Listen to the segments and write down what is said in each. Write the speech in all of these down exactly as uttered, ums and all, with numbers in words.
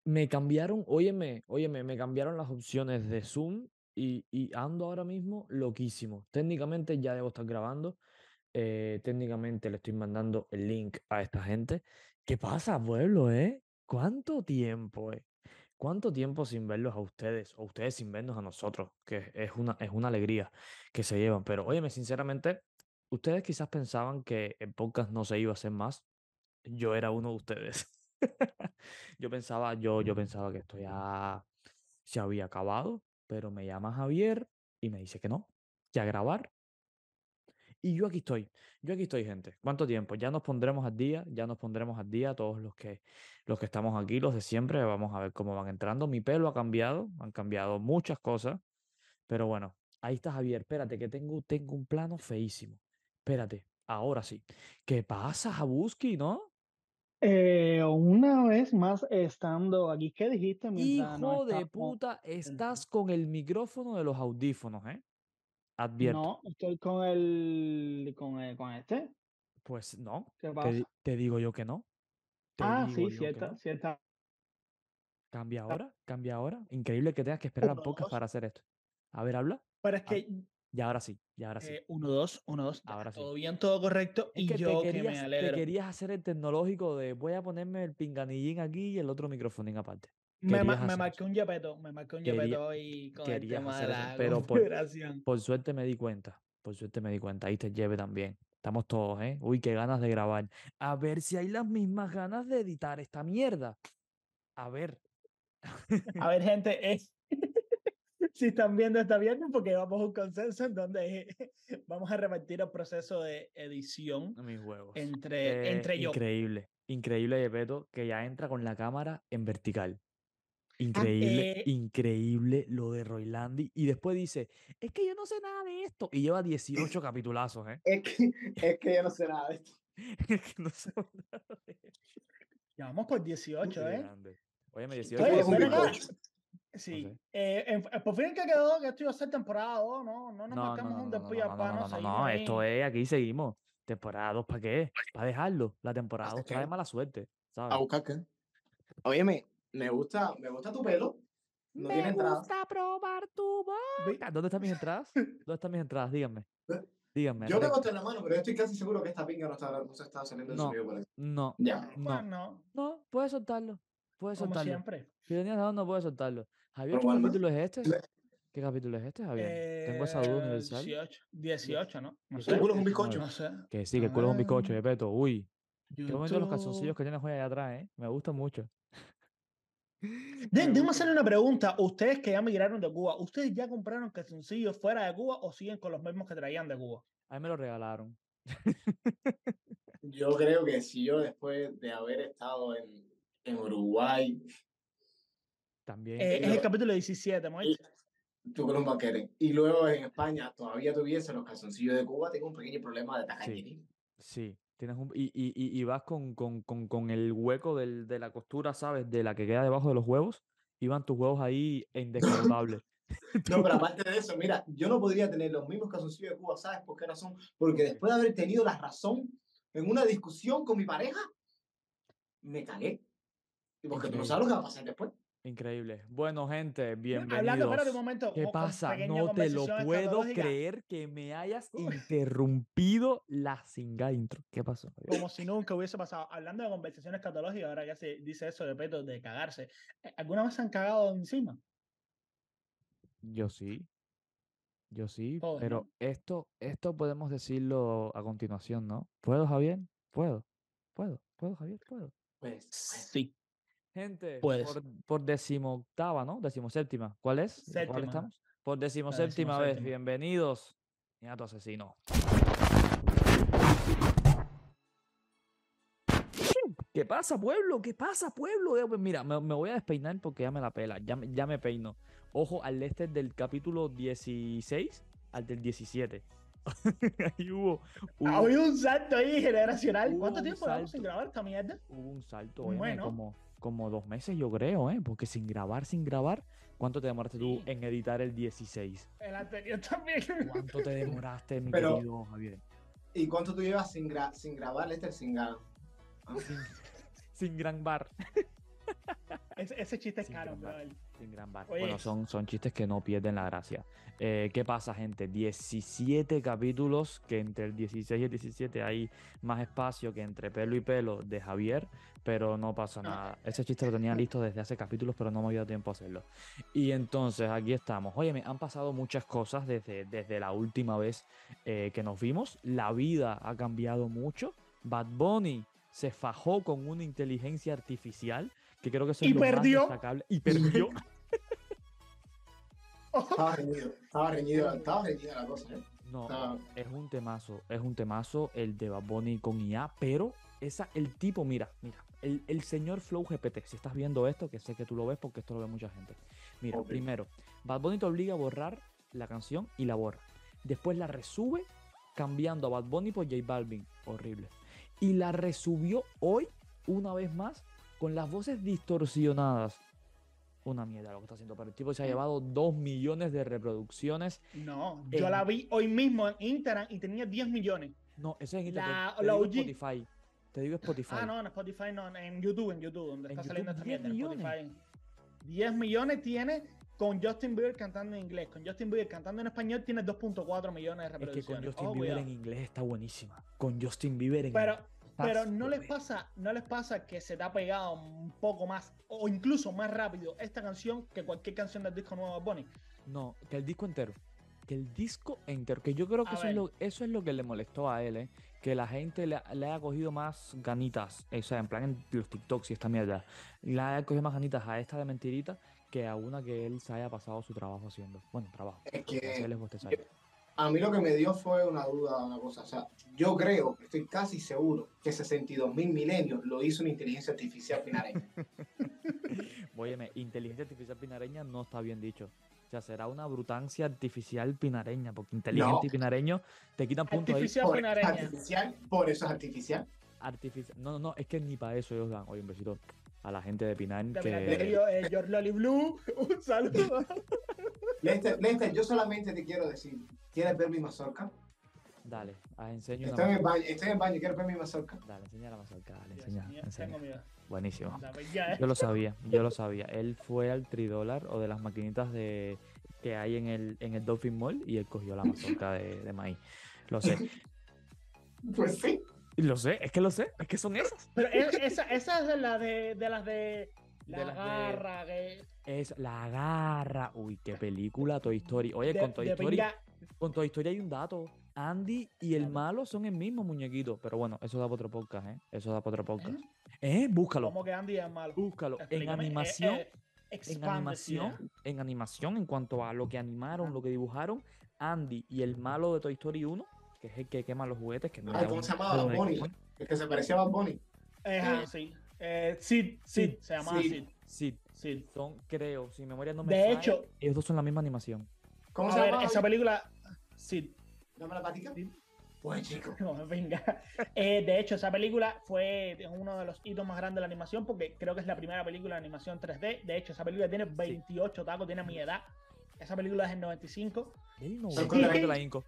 Me cambiaron, óyeme, óyeme, me cambiaron las opciones de Zoom y, y ando ahora mismo loquísimo. Técnicamente ya debo estar grabando. Eh, técnicamente le estoy mandando el link a esta gente. ¿Qué pasa, pueblo, eh? ¿Cuánto tiempo, eh? ¿Cuánto tiempo sin verlos a ustedes o ustedes sin vernos a nosotros? Que es una, es una alegría que se llevan. Pero, óyeme, sinceramente, ustedes quizás pensaban que el podcast no se iba a hacer más. Yo era uno de ustedes. Yo pensaba, yo, yo pensaba que esto ya se había acabado, pero me llama Javier y me dice que no, que a grabar. Y yo aquí estoy, yo aquí estoy, gente. ¿Cuánto tiempo? Ya nos pondremos al día, ya nos pondremos al día todos los que, los que estamos aquí, los de siempre. Vamos a ver cómo van entrando. Mi pelo ha cambiado, han cambiado muchas cosas, pero bueno, ahí está Javier. Espérate, que tengo, tengo un plano feísimo. Espérate, ahora sí. ¿Qué pasa, Jabuski, no? Eh, una vez más estando aquí, ¿qué dijiste mientras no Hijo de estábamos? puta, estás con el micrófono de los audífonos, ¿eh? Advierto. No, estoy con el, con el, con este. Pues no, ¿Qué te, di- pasa? te digo yo que no, te Ah, digo sí, yo que cierta, no. cierta. Cambia ahora, cambia ahora. Increíble que tengas que esperar a Uno, podcast dos. para hacer esto. A ver, habla. Pero es Ah, que y ahora sí, y ahora sí, eh, uno, dos, uno, dos, ya, ahora sí. todo bien, todo correcto. Es Y que te yo que me querías, te alegro. querías hacer el tecnológico de voy a ponerme el pinganillín aquí y el otro microfonín aparte. Me, Querías ma- me hacer eso. marqué un yepeto, me marqué un Quería, yepeto hoy con el querías tema de hacer eso. la Pero por, configuración. por suerte me di cuenta. Por suerte me di cuenta. Ahí te lleve también. Estamos todos, ¿eh? Uy, qué ganas de grabar. A ver si hay las mismas ganas de editar esta mierda. A ver. A ver, gente, es si están viendo, está viendo, porque vamos a un consenso en donde vamos a revertir el proceso de edición Mis huevos. entre, Eh, entre yo. increíble. Increíble, Yepeto, que ya entra con la cámara en vertical. Increíble, Eh, increíble lo de Roilandi. Y después dice, es que yo no sé nada de esto. Y lleva dieciocho capitulazos, ¿eh? Es que, es que yo no sé nada de esto. Es que no sé nada de esto. ya vamos por Qué dieciocho, ¿eh? grande. Óyeme, ¿Qué dieciocho Oye, culo es un dieciocho ven no. acá. bizcocho? No sé. Sí. Eh, en- eh, por fin que quedó que esto iba a ser temporada dos, ¿no? No nos No, no, marcamos no, un no, no, después y no, al no, no, pano, no, no, seguimos no. Esto ahí. es, aquí seguimos. Temporada dos, ¿para qué? Para dejarlo. La temporada ¿Hasta dos trae qué? mala suerte, A ¿sabes? buscar qué. Óyeme, me gusta, me gusta tu pelo. No Me tiene entrada. gusta probar tu Vi- boca. ¿Dónde están mis entradas? ¿Dónde están mis entradas? Díganme. Díganme, Yo tengo recto. esto en la mano, pero yo estoy casi seguro que esta pinga no, está, no se está saliendo el No, sonido por ahí. no, Ya. no. Bueno, No, puedes soltarlo. Puedes como soltarlo. siempre. Si tenías dado, no puedes soltarlo. Javier, Pero ¿qué bueno, capítulo pues. es este? ¿Qué capítulo es este, Javier? Tengo esa duda Eh, universal. dieciocho, Diez- dieciocho, ¿no? No Tu sé, dieciocho, culo es un bizcocho. diecinueve. no sé. Que sí, que A el culo es un ver, bizcocho, de peto. Uy, qué bonito los calzoncillos YouTube. que tienes hoy allá atrás, ¿eh? Me gustan mucho. De- Me déjame gustan. hacerle una pregunta. Ustedes que ya migraron de Cuba, ¿ustedes ya compraron calzoncillos fuera de Cuba o siguen con los mismos que traían de Cuba? A mí me lo regalaron. Yo creo que si yo después de haber estado en, en Uruguay, También. Eh, y es el lo- capítulo diecisiete, y- ¿moiste? tú con un banquete, y luego en España todavía tuviese los calzoncillos de Cuba, tengo un pequeño problema de Sí, tacañería. sí. Tienes un... Y, y, y, y vas con, con, con, con el hueco del, de la costura, ¿sabes? De la que queda debajo de los huevos. Iban tus huevos ahí indescalzables. No, pero aparte de eso, mira, yo no podría tener los mismos calzoncillos de Cuba, ¿sabes por qué razón? Porque ¿Por qué? después de haber tenido la razón en una discusión con mi pareja, me cagué. Y porque tú no sabes Increíble. lo que va a pasar después. Increíble. Bueno, gente, Hablando, espérate un bienvenidos. momento, ¿Qué con, con pasa? pequeña No te lo conversación puedo escatológica, creer que me hayas interrumpido la singa intro. ¿Qué pasó, Javier? como si nunca hubiese pasado. Hablando de conversación escatológica, ahora que se dice eso de peto, de cagarse. Eh, ¿Alguna vez se han cagado encima? Yo sí, yo sí, Todos, pero ¿no? esto, esto podemos decirlo a continuación, ¿no? ¿Puedo, Javier? ¿Puedo? ¿Puedo? ¿Puedo, Javier? ¿Puedo? Pues, pues, Sí, Gente, puedes. por, por decimoctava, ¿no? Decimoséptima. ¿Cuál es? ¿Cuál Séptima, estamos? Por la decimoséptima vez. decimoséptima. Bienvenidos, tu asesino. ¿Qué pasa, pueblo? ¿Qué pasa, pueblo? Eh, pues mira, me, me voy a despeinar porque ya me la pela. Ya, me- ya me peino. Ojo al este del capítulo dieciséis al del diecisiete. Ahí hubo, Ha hubo, habido un salto ahí generacional. hubo ¿Cuánto un tiempo llevamos sin salto. grabar esta mierda? Hubo un salto, óyeme, Bueno, como, como dos meses, yo creo, ¿eh? Porque sin grabar, sin grabar, ¿cuánto te demoraste tú sí. en editar el dieciséis? El anterior también. ¿Cuánto te demoraste, mi pero, querido Javier? ¿y cuánto tú llevas sin, gra sin grabar, Lester? Sin, gra- ¿Ah? Sin, sin gran bar. ese, ese chiste es Sin caro, gran bar, brother. sin gran bar. Oye, Bueno, son, son chistes que no pierden la gracia. Eh, ¿qué pasa, gente? diecisiete capítulos, que entre el dieciséis y el diecisiete hay más espacio que entre pelo y pelo de Javier, pero no pasa No. nada. Ese chiste lo tenía listo desde hace capítulos, pero no me había dado tiempo a hacerlo. Y entonces aquí estamos. Oye, me han pasado muchas cosas desde, desde la última vez eh, que nos vimos. La vida ha cambiado mucho. Bad Bunny se fajó con una inteligencia artificial, que creo que eso es Y lo perdió. más destacable. Y perdió. Estaba reñido, estaba reñido, estaba reñida la cosa, ¿eh? No, Estaba- es un temazo, es un temazo el de Bad Bunny con I A, pero esa, el tipo, mira, mira, el, el señor Flow G P T, si estás viendo esto, que sé que tú lo ves porque esto lo ve mucha gente. Mira, Ok. primero, Bad Bunny te obliga a borrar la canción y la borra. Después la resube cambiando a Bad Bunny por J Balvin, horrible. Y la resubió hoy, una vez más, con las voces distorsionadas. Una mierda lo que está haciendo, pero el tipo se ha llevado dos millones de reproducciones. No, yo En- la vi hoy mismo en Instagram y tenía diez millones. No, eso es en Instagram. La- Te, te la digo O G. Spotify. Te digo Spotify. Ah, no, en Spotify no, en YouTube, en YouTube, donde En está YouTube, saliendo esta diez mierda. En millones. Spotify. diez millones tiene con Justin Bieber cantando en inglés. Con Justin Bieber cantando en español tiene dos punto cuatro millones de Es que con reproducciones. Justin Ojo, Bieber cuidado. en inglés está buenísima. Con Justin Bieber en Pero, inglés. está pero no les súper. pasa, no les pasa que se te ha pegado un poco más o incluso más rápido esta canción que cualquier canción del disco nuevo de Bunny. No, que el disco entero. Que el disco entero. Que yo creo que A eso es, ver. lo, eso es lo que le molestó a él, ¿eh? Que la gente le, le haya cogido más ganitas. O sea, en plan en los TikToks y esta mierda. Le haya cogido más ganitas a esta de mentirita que a una que él se haya pasado su trabajo haciendo. Bueno, trabajo. Es porque que- hacerles este bostezar. A mí lo que me dio fue una duda, una cosa. O sea, yo creo, estoy casi seguro que sesenta y dos mil milenios lo hizo una inteligencia artificial pinareña. Óyeme, inteligencia artificial pinareña no está bien dicho. O sea, será una brutancia artificial pinareña, porque inteligente No. y pinareño te quitan puntos ahí. Artificial Por, pinareña. artificial, por eso es artificial. Artificial. No, no, no, es que ni para eso ellos dan. Oye, un besito a la gente de Pinar De que... Pinaterio, eh, George Lolly Blue, un saludo. Lester, Lester, yo solamente te quiero decir, ¿quieres ver mi mazorca? Dale, ah, enseño una Estoy en el mazorca. baño, estoy en el baño, ¿quieres ver mi mazorca? Dale, enseña la mazorca, dale, Dios enseña, mío, enseña. tengo miedo. Buenísimo. Dame ya, eh. Yo lo sabía, yo lo sabía. Él fue al Tridólar o de las maquinitas de que hay en el, en el Dolphin Mall y él cogió la mazorca de, de maíz. Lo sé. Pues sí. Lo sé, es que lo sé, es que son esas. Pero es- esa, esa es de, la de, de las de la De las de- garra, que- Es La Garra. Uy, qué película Toy Story. Oye, de, con Toy de Story, pinga- con Toy Story hay un dato. Andy y el Claro. malo son el mismo muñequito. Pero bueno, eso da para otro podcast, ¿eh? Eso da para otro podcast. ¿Eh? Búscalo. ¿Cómo que Andy es malo? Búscalo. En Explícame, eh, animación, eh, en expande esa animación, idea. en animación, en cuanto a lo que animaron, Ajá. lo que dibujaron, Andy y el malo de Toy Story uno, que es el que quema los juguetes, que no Ay, era ¿cómo un- se llamaba? era un Bad Bunny. iPhone. El que se parecía a Bad Bunny. Eh, ah, sí. Eh, Sid, Sid, se llamaba Sid. Sid. Sí, Sid. son, creo, si mi memoria no me De falla, hecho- ellos dos son la misma animación. ¿Cómo A se ver, llama? esa película. Sid. ¿Dame la patica? Sid. Pues chico. No, venga. Eh, de hecho, esa película fue uno de los hitos más grandes de la animación porque creo que es la primera película de animación tres D. De hecho, esa película tiene veintiocho tacos, tiene mi edad. Esa película es del noventa y cinco. Él no Sí. ve de la Inco.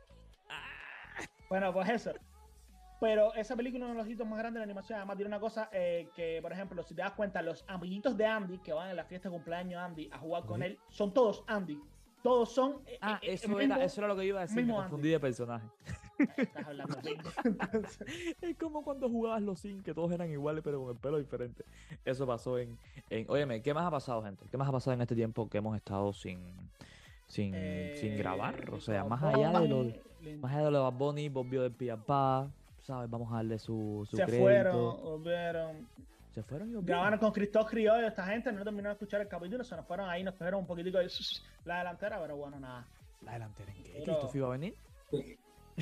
Bueno, pues eso. Pero esa película es uno de los hitos más grandes de la animación. Además, tiene una cosa eh, que, por ejemplo, si te das cuenta, los amiguitos de Andy que van en la fiesta de cumpleaños de Andy a jugar con Ujú. él, son todos Andy. Todos son. eh, Ah, eh, eso el era, mismo- eso era lo que iba a decir, me mismo confundí de personaje. Estás hablando de Entonces, Es como cuando jugabas los Sims, que todos eran iguales, pero con el pelo diferente. Eso pasó en, en... Óyeme, ¿qué más ha pasado, gente? ¿Qué más ha pasado en este tiempo que hemos estado sin, sin, sin eh, grabar? O sea, Bad más allá de lo, Bunny, Lin- más allá de lo de Bad Bunny, volvió del Piapá, ¿sabes? Vamos a darle su, su se crédito. fueron, volvieron. Se fueron y volvieron. Grabaron con Cristóbal Criollo, esta gente no terminaron de escuchar el capítulo, se nos fueron ahí, nos cogieron un poquito de la delantera, pero bueno, nada. La delantera en qué. Pero- ¿Cristofi iba a venir? Sí.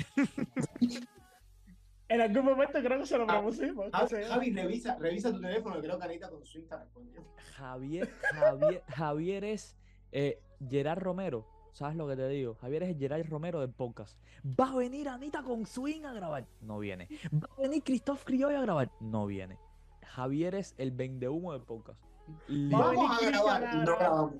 En algún momento creo que se lo Ah, propusimos. Javi, qué sé yo. Javi, revisa, revisa tu teléfono, creo que Anita con su Insta respondió. Javier, Javier, Javier es eh, Gerard Romero. ¿Sabes lo que te digo? Javier es el Gerard Romero del podcast. ¿Va a venir Anita con Swing a grabar? No viene. ¿Va a venir Christoph Criollo a grabar? No viene. Javier es el vendehumo del podcast. Va a venir Vamos a Cristian grabar, a no grabar. grabamos.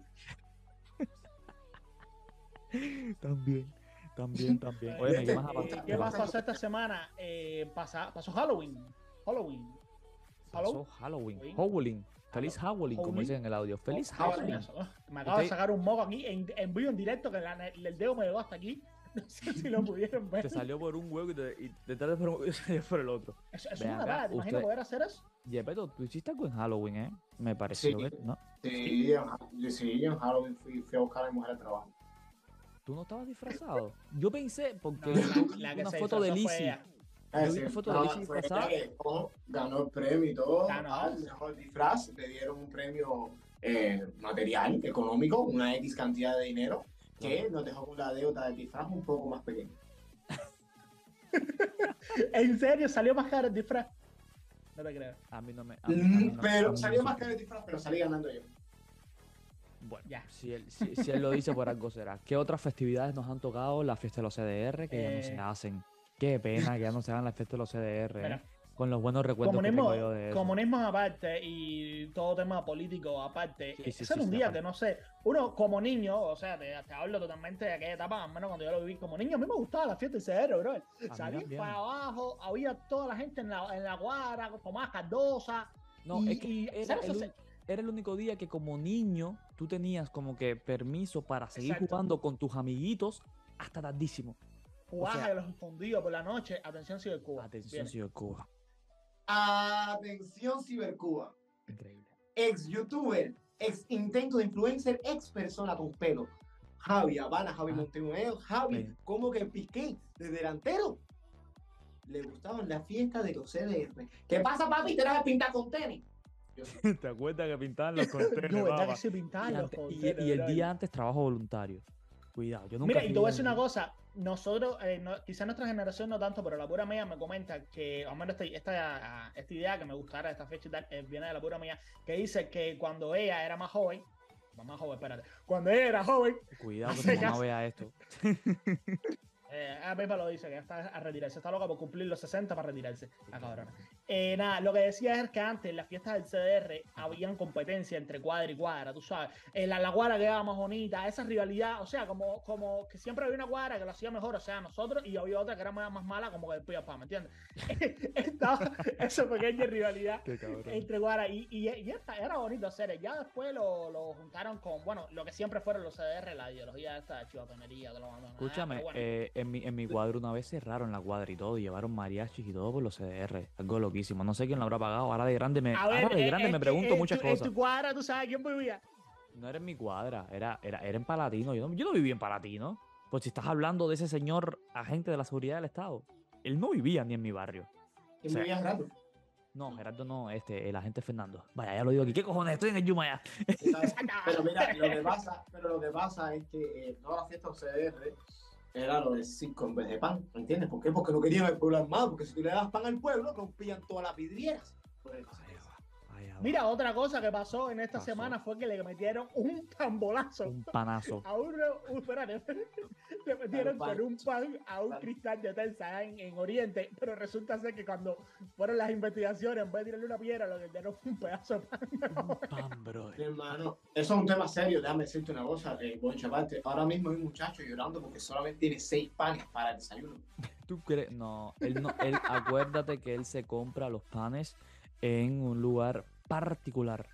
También, también, también. Eh, Oye, ¿qué más ha eh, pasado? ¿Qué más pasó esta semana? Eh, pasa- pasó Halloween. Halloween. Pasó Halloween. Halloween. Sí. Halloween. Feliz Halloween, como Halloween. dicen en el audio. Feliz Oh, Halloween. eso, oh, me acabo de Usted- sacar un moco aquí en, en vivo, en directo, que la- el dedo me llegó hasta aquí. No sé si lo pudieron ver. Te salió por un hueco y te, y te tratas por un hueco y salió por el otro. Eso, eso es Ven una acá, bala, ¿te imaginas usted- poder hacer eso? Yepeto, tú hiciste algo en Halloween, ¿eh? Me pareció Sí. ver, ¿no? Sí, en Ja- yo sí, en Halloween fui, fui a buscar a mi mujer al trabajo. ¿Tú no estabas disfrazado? Yo pensé, porque No, yo la, vi la que una se foto de disfrazó fue Lizzie. ella. Yo vi Ese, una foto de no, Lizzie fue disfrazada. ella que, ojo, ganó el premio y todo, Ganó. al mejor disfraz, le dieron un premio eh, material, económico, una X cantidad de dinero, que nos dejó con la deuda del disfraz un poco más pequeña. ¿En serio? ¿Salió más caro el disfraz? No te creo. A mí no me. a mí- a mí no- a Pero mí salió no más me caro el disfraz, pero salí ganando yo. Bueno, Ya. si él, si, si él lo dice, por algo será. ¿Qué otras festividades nos han tocado? La fiesta de los C D R, que ya no se Eh. hacen. Qué pena que ya no se hagan las fiestas de los C D R, Mira, ¿eh? Con los buenos recuerdos que comunismo, tengo yo de eso. comunismo aparte y todo tema político aparte. Sí, ese sí, era sí, un sí, día aparte. que no sé. Uno como niño, o sea, te, te hablo totalmente de aquella etapa, al menos cuando yo lo viví como niño. A mí me gustaba la fiesta del C D R, bro. mí Salí también. para abajo, había toda la gente en la, en la cuadra, Tomás Cardosa. No, y, es que y, era ¿sabes? el, O un- sea, era el único día que como niño tú tenías como que permiso para seguir Exacto. jugando con tus amiguitos hasta tardísimo. jugabas sea- a los escondidos por la noche. Atención, Cibercuba. Atención, Viene. señor Cuba. Atención, Cibercuba. Increíble. Ex youtuber, ex intento de influencer, ex persona con pelo. Javi Habana, Javi Ah. Montemeo, Javi, Ven. como que Piqué, de delantero. Le gustaban las fiestas de los C D R. ¿Qué pasa, papi? ¿Te vas a pintar con tenis? Yo sí. ¿Te acuerdas que pintaban los contenes, No, ¿verdad papá? que se pintaban Y, los antes- y- contenes, y el bro? día antes trabajo voluntario. Cuidado, yo nunca Mira, y te voy a fui decir una voluntario. cosa. Nosotros, eh, no- quizás nuestra generación no tanto, pero la pura mía me comenta que, al menos esta, esta, esta idea que me gustara, esta fecha y tal, eh, viene de la pura mía, que dice que cuando ella era más joven, no, más joven, espérate, cuando ella era joven, Cuidado que hace tu mamá caso. vea esto. eh, a Pepa lo dice, que ya está a retirarse, está loca por cumplir los sesenta para retirarse, la cabrona. Eh, nada, lo que decía es que antes en las fiestas del C D R habían competencia entre cuadra y cuadra, tú sabes. Eh, la, la cuadra quedaba más bonita, esa rivalidad, o sea, como, como que siempre había una cuadra que lo hacía mejor, o sea, nosotros, y había otra que era más, más mala, como que el Pia Pa, ¿me entiendes? Estaba esa pequeña rivalidad Qué cabrón. entre cuadras y, y, y esta, era bonito hacer. Ya después lo, lo juntaron con, bueno, lo que siempre fueron los C D R, la ideología esta de chivatonería, de lo Escúchame, pero bueno. eh, en, mi, en mi cuadro una vez cerraron la cuadra y todo, llevaron mariachis y todo por los C D R. Algo loquísimo. No sé quién lo habrá pagado. Ahora de grande me, A ver, ahora de eh, grande es me que pregunto en muchas tu- En cosas. tu cuadra, ¿tú sabes quién vivía? No era en mi cuadra, era, era, era en Palatino. Yo no, yo no vivía en Palatino. Pues si estás hablando de ese señor agente de la seguridad del Estado, él no vivía ni en mi barrio. ¿Quién Sí. vivía rato? No, Gerardo no, este, el agente Fernando. Vaya, ya lo digo aquí. ¿Qué cojones? Estoy en el Yuma ya. Pero mira, lo que pasa, pero lo que pasa es que eh, todas las fiestas C D R era lo de circo en vez de pan, ¿me entiendes? ¿Por qué? Porque no querían el pueblo armado, porque si tú le das pan al pueblo, rompían todas las vidrieras. Por eso. Vaya, Mira, otra cosa que pasó en esta Pasó. semana fue que le metieron un tambolazo un panazo. a uno, un, espérate, le metieron Al pan. con un pan a un Pan. cristal de Telsa en, en Oriente, pero resulta ser que cuando fueron las investigaciones, en vez de tirarle una piedra, lo que dieron fue un pedazo de pan. Un pan, bro. Mi hermano, eso es un tema serio, déjame decirte una cosa, eh, Boncha, aparte, ahora mismo hay un muchacho llorando porque solamente tiene seis panes para el desayuno. ¿Tú crees? No, él no, él, acuérdate que él se compra los panes en un lugar particular.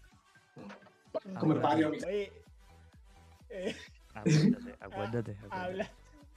Como el barrio, mi- Oye, eh, Acuérdate, acuérdate. acuérdate. habla.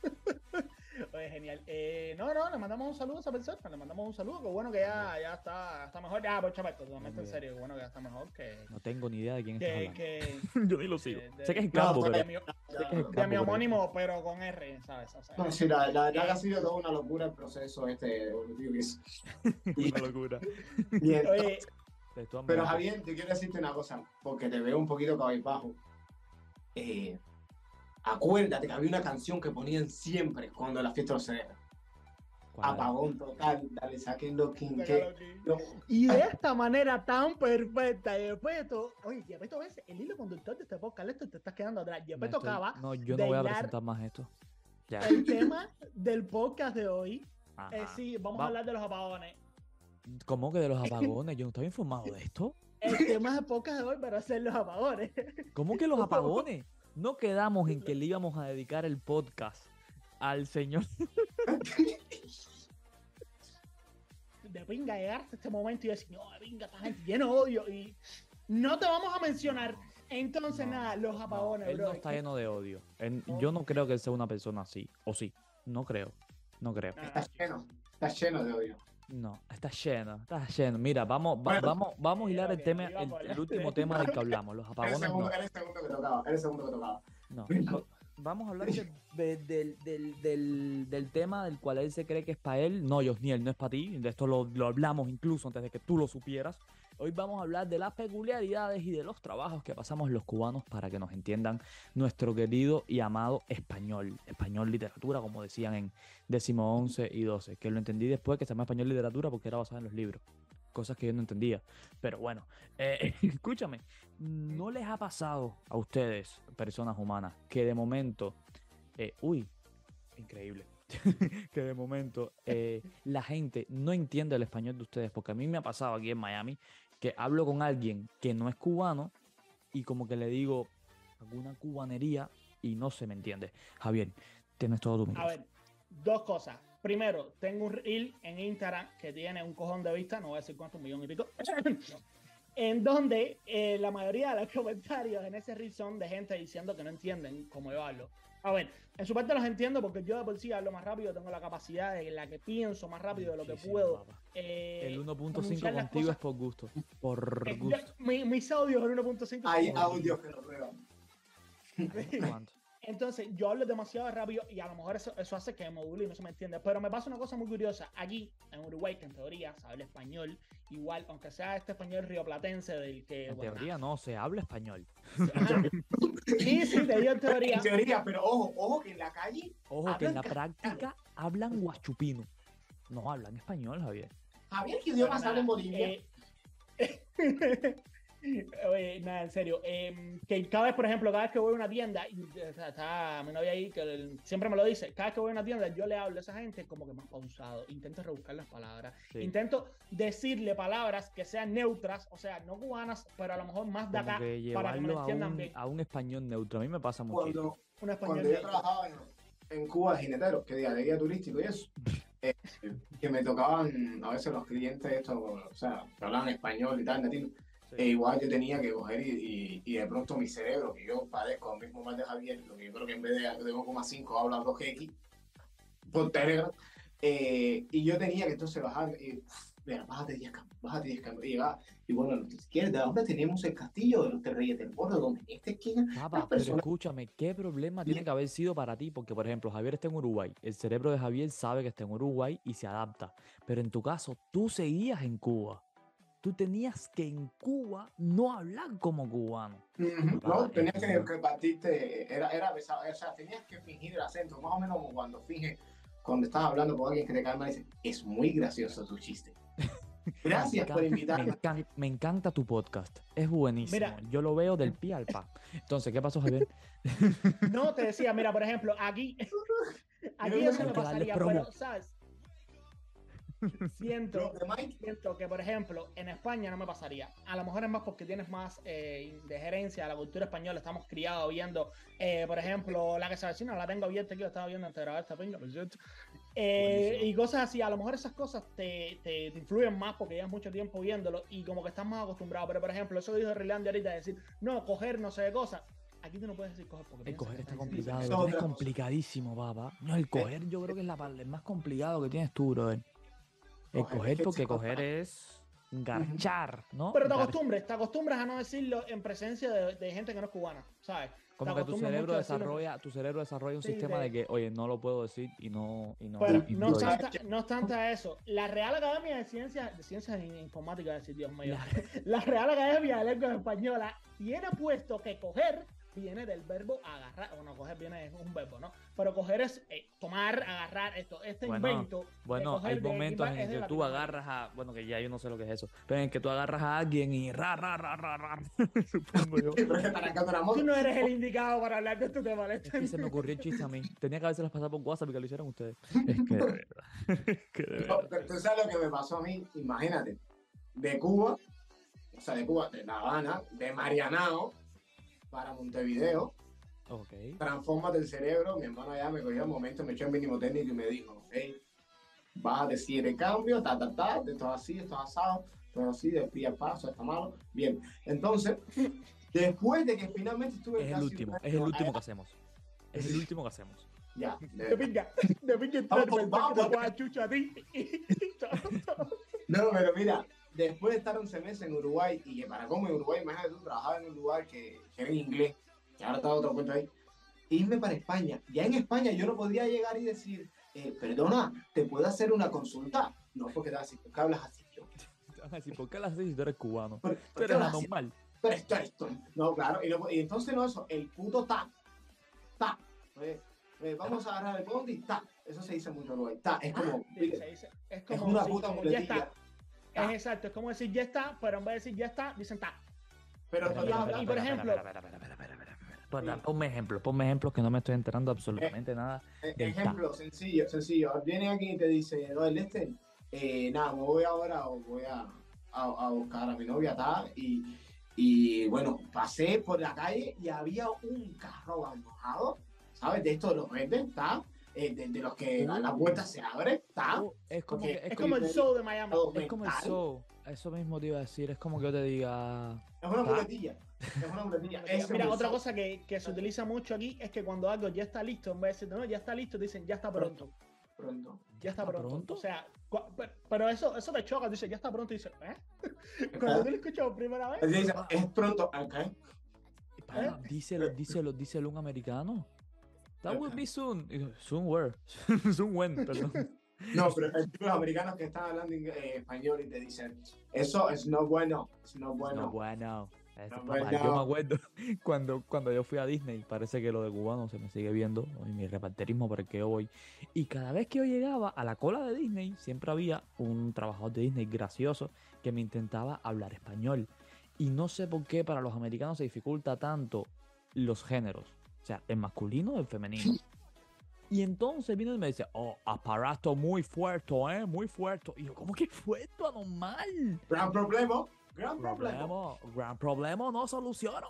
Oye, genial. Eh, no, no, le mandamos un saludo a esa persona, le mandamos un saludo, que bueno que ya, ya está, está mejor. Ya, pues chaval, totalmente en Muy bien. serio, bueno que ya está mejor que... No tengo ni idea de quién que, estás que hablando. Yo ni lo sigo. de- de- sé que es No, Campo, fue pero... de mi, sé que es de mi Campo, pero- homónimo, pero con R, ¿sabes? O sea, No, sí, la, la verdad que ha sido toda una locura el proceso este evolutivo que hizo. Una locura. Y entonces- oye, De todas pero maneras, Javier, te quiero decirte una cosa, porque te veo un poquito cabizbajo. Eh, acuérdate que había una canción que ponían siempre cuando la fiesta se era. ¿cuál era? Apagón total, dale, saquen los king, déjalo que... aquí. no, Y de esta manera tan perfecta, y después de todo, oye, Yepeto, ves, el hilo conductor de este podcast, esto te estás quedando atrás. Me Yepeto estoy- acaba No, yo de no voy a hilar presentar más esto. Ya. el tema del podcast de hoy. Ajá. Eh, sí, vamos Va- a hablar de los apagones. ¿Cómo que de los apagones? Yo no estaba informado de esto. El tema del podcast de hoy para hacer los apagones. ¿Cómo que los apagones? No quedamos en que le íbamos a dedicar el podcast al señor. De pinga llegar hasta este momento y decir, no, de pinga, esta gente lleno de odio. Y no te vamos a mencionar. Entonces, No, nada, los apagones, él bro. no está lleno de odio. Él- yo no creo que él sea una persona así. O sí, no creo. No creo. Nah, Está lleno, está lleno de odio. No, está lleno, está lleno. Mira, vamos, va- Bueno, vamos, vamos a hilar el que tema, iba el, por el la- último tema del que hablamos, los Era el apagones segundo, no. era el segundo que tocaba, era el segundo que tocaba. No. Va- Vamos a hablar de- de- del, del, del, del tema del cual él se cree que es para él. No, Josniel, no es para ti. De esto lo, lo hablamos incluso antes de que tú lo supieras. Hoy vamos a hablar de las peculiaridades y de los trabajos que pasamos los cubanos para que nos entiendan nuestro querido y amado español. Español literatura, como decían en décimo, once y doce. Que lo entendí después que se llama español literatura porque era basado en los libros. Cosas que yo no entendía. Pero bueno, eh, escúchame, ¿no les ha pasado a ustedes, personas humanas, que de momento, eh, uy, increíble, que de momento eh, la gente no entiende el español de ustedes? Porque a mí me ha pasado aquí en Miami que hablo con alguien que no es cubano y como que le digo alguna cubanería y no se me entiende. Javier, tienes todo tu A micrófono. ver, dos cosas. Primero, tengo un reel en Instagram que tiene un cojón de vistas, no voy a decir cuánto, un millón y pico, en donde eh, la mayoría de los comentarios en ese reel son de gente diciendo que no entienden cómo yo hablo. A ver, en su parte los entiendo porque yo de por sí hablo más rápido, tengo la capacidad de la que pienso más rápido de lo que Muchísimo, puedo. papá. eh, El uno punto cinco pronunciar las contigo es cosas. por gusto. Por Eh, gusto. yo- mi- mis audios en uno punto cinco. Hay son- audios que lo prueban. ¿Cuánto? Entonces, yo hablo demasiado rápido y a lo mejor eso, eso hace que me module y no se me entiende. Pero me pasa una cosa muy curiosa. Allí, en Uruguay, que en teoría se habla español, igual, aunque sea este español rioplatense del que. En bueno, teoría no, se habla español. ajá. Sí, sí, te digo en teoría. En teoría, pero ojo, ojo que en la calle, Ojo que en la Hablan práctica hablan guachupino. No hablan español, Javier. Javier, ¿qué idioma Bueno, sale en nada, Bolivia? eh, Oye, nada, en serio. eh, que cada vez, por ejemplo, cada vez que voy a una tienda, y o sea, está mi novia ahí que el- siempre me lo dice, cada vez que voy a una tienda, yo le hablo a esa gente como que más pausado. Intento rebuscar las palabras. Sí. Intento decirle palabras que sean neutras, o sea, no cubanas, pero a lo mejor más de Como acá, que para que me llevarlo lo a entiendan un, bien. a un español neutro. A mí me pasa muchísimo. Cuando, Un español cuando yo neutro. trabajaba en, en Cuba de jinetero, que diga de guía turístico y eso, eh, que me tocaban a veces los clientes estos, o sea, que hablaban español y tal, latino. Sí. E igual yo tenía que coger y, y, y de pronto mi cerebro, que yo padezco lo mismo más de Javier, lo que yo creo que en vez de, de uno coma cinco habla dos equis por Telegram, eh, y yo tenía que entonces bajar, y, mira, bájate diez campos, bájate diez campos, y llegaba, y bueno, si quieres, ¿de dónde tenemos el castillo de los Reyes del Borde? Donde en esta esquina, Papá, las pero personas... escúchame, ¿qué problema tiene que haber sido para ti? Porque, por ejemplo, Javier está en Uruguay. El cerebro de Javier sabe que está en Uruguay y se adapta. Pero en tu caso, tú seguías en Cuba. Tú tenías que en Cuba no hablar como cubano. Ujú, Papá, no, tenías es que, muy- que partirte, era, era pesado, o sea, tenías que fingir el acento, más o menos como cuando finges, cuando estás hablando con alguien que te calma y dice, es muy gracioso tu chiste. Gracias Me por encanta- invitarme. Me, encan- me encanta tu podcast. Es buenísimo. Mira. Yo lo veo del pie al pa. Entonces, ¿qué pasó, Javier? No, te decía, mira, por ejemplo, aquí, aquí eso Hay me que darle pasaría, promo. pero, ¿sabes? Siento, Drop the mic. siento que, por ejemplo, en España no me pasaría. A lo mejor es más porque tienes más eh, de gerencia a la cultura española. Estamos criados viendo, eh, por ejemplo, La que se avecina, la tengo abierta aquí, la estaba viendo antes de grabar esta pinga, por cierto. Eh, Buenísimo. y cosas así, a lo mejor esas cosas te, te, te influyen más porque llevas mucho tiempo viéndolo y como que estás más acostumbrado. Pero, por ejemplo, eso que dijo Rilandi ahorita de decir, no, coger no sé de cosas. Aquí tú no puedes decir coger porque El piensas coger que está estás complicado. Eso Lo es tienes otra cosa. complicadísimo, papá. No, el coger yo creo que es la, par- el más complicado que tienes tú, brother. El Coger, coger, es que porque chico, coger es garchar, ¿no? Pero te Gar- acostumbres, te acostumbras a no decirlo en presencia de, de gente que no es cubana, ¿sabes? Como Te que tu acostumbras cerebro mucho a decirlo. desarrolla, tu cerebro desarrolla un Sí, sistema de- de que, oye, no lo puedo decir y no, y no, Pero y no doy. obstante, no obstante a eso, la Real Academia de Ciencias, de Ciencias Informáticas, decir Dios mío, la Real Academia de Lengua Española tiene puesto que coger viene del verbo agarrar, bueno, coger viene es un verbo, ¿no? Pero coger es eh, tomar, agarrar, esto, este Bueno, invento. de Bueno, coger hay de momentos equipar es en de que tú Latinoamérica. agarras a, bueno, que ya yo no sé lo que es eso, pero en que tú agarras a alguien y ra, ra, ra, ra, ra, supongo yo. Pero es que está arrancando una moto. Tú no eres el indicado para hablar de este tema, Es que se me ocurrió el chiste a mí. Tenía que haberse las pasado por WhatsApp y que lo hicieran ustedes. Es que de verdad. Es que de No, verdad. pero tú sabes lo que me pasó a mí, imagínate, de Cuba, o sea, de Cuba, de La Habana, de Marianao para Montevideo, Ok. transfórmate el cerebro, mi hermano allá me cogió un momento, me echó el mínimo técnico y me dijo, hey, vas a decir el cambio, ta, ta, ta, esto es así, esto es asado, pero sí, de pie a paso, está malo. Bien, entonces, después de que finalmente estuve Es el casi último, un es el año último que allá, hacemos. Es el último que hacemos. ya, De de- pinga, de pinga Vamos, entrar, pensar que vamos, te vamos a chucho a ti. no, pero mira, después de estar once meses en Uruguay, y que para cómo en Uruguay, imagínate tú, trabajaba en un lugar que, que era en inglés, que ahora está otro cuento ahí, irme para España. Ya en España yo no podía llegar y decir, eh, perdona, ¿te puedo hacer una consulta? No, porque te vas a decir, ¿por qué hablas así? Yo, Te van a decir, ¿por qué las haces si tú eres cubano? ¿por, Tú por qué eres hablas así? anormal. Pero esto, esto. No, claro, y, no- y entonces no eso, el puto ta, ta. Pues, pues, vamos a agarrar el bondi, ta. Eso se dice mucho en Uruguay, ta. Es como, Sí, se dice- es es como, una sí, puta como ya muletilla. está. Es exacto, es como decir ya está, pero en vez de decir ya está, dicen ta. Pero Espera, tú espera, estás espera, y por espera, ejemplo- espera, espera, espera, espera, espera, espera. Pues, da- Sí. Ponme ejemplos, ponme ejemplos que no me estoy enterando absolutamente nada. Eh, Del ejemplo, sencillo, sencillo. Viene alguien y te dice, oye, Lester, eh, nada, me voy ahora o voy a, a, a buscar a mi novia, tal, y, y bueno, pasé por la calle y había un carro abandonado, ¿sabes? De estos de los verdes, tal, eh, de, de los que a la puerta se abre, tal. Oh, es como Porque que, Es es, como el show de Miami. es como el show. Eso mismo te iba a decir. Es como que yo te diga. Es una ¿ta? muletilla, es una muletilla. Mira, Ese mira, es el otra show. cosa que, que se utiliza mucho aquí es que cuando algo ya está listo, en vez de decir, no, ya está listo, dicen, ya está pronto. Pronto. Ya está pronto. O sea, cua- pero, pero eso, eso te choca, dice, ya está pronto, y dices, ¿eh? Cuando ¿Ah? tú lo escuchas por primera vez, Así dice, es pronto, ok. Pana, díselo, díselo, díselo un americano. That will be soon. Y yo, Soon where? Soon when, perdón. No, pero hay los americanos que están hablando inglés- eh, español y te dicen, eso es no bueno, es no bueno. No, bueno. Esto No, está mal. bueno. Yo me acuerdo cuando, cuando yo fui a Disney, parece que lo de cubano se me sigue viendo, en mi reparterismo por el que yo voy. Y cada vez que yo llegaba a la cola de Disney, siempre había un trabajador de Disney gracioso que me intentaba hablar español. Y no sé por qué para los americanos se dificulta tanto los géneros. O sea, el masculino o el femenino. Y entonces viene y me dice, oh, aparato muy fuerte, ¿eh? Muy fuerte. Y yo, ¿cómo que fuerte, anormal? Gran problema, gran problema. Problema, gran problema, no soluciono.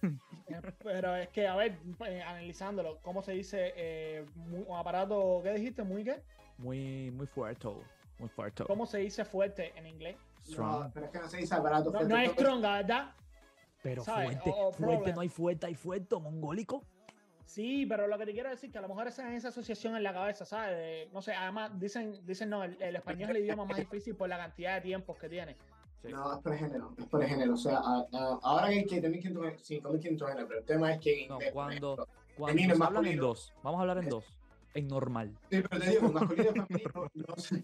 pero es que, a ver, eh, analizándolo, ¿cómo se dice eh, muy- un aparato, ¿qué dijiste? ¿Muy qué? Muy, muy fuerte, muy fuerte. ¿Cómo se dice fuerte en inglés? Strong. No, pero es que no se dice aparato No, fuerte. no es Todo- strong, ¿verdad? Pero ¿sabes? fuerte, O- o fuerte, problem. no hay fuerte, hay fuerte, mongólico. Sí, pero lo que te quiero decir es que a lo mejor esa es esa asociación en la cabeza, ¿sabes? De- no sé, además dicen, dicen no, el, el español es el idioma más difícil por la cantidad de tiempos que tiene. No, es por género, es por género. O sea, a- a- ahora que hay cinco mil quinientos géneros, pero el tema es que en No, inglés, por cuando, ejemplo, cuando femenino, se hablan en masculino. dos, vamos a hablar en dos, en normal. Sí, pero te digo, el masculino y femenino, no sé.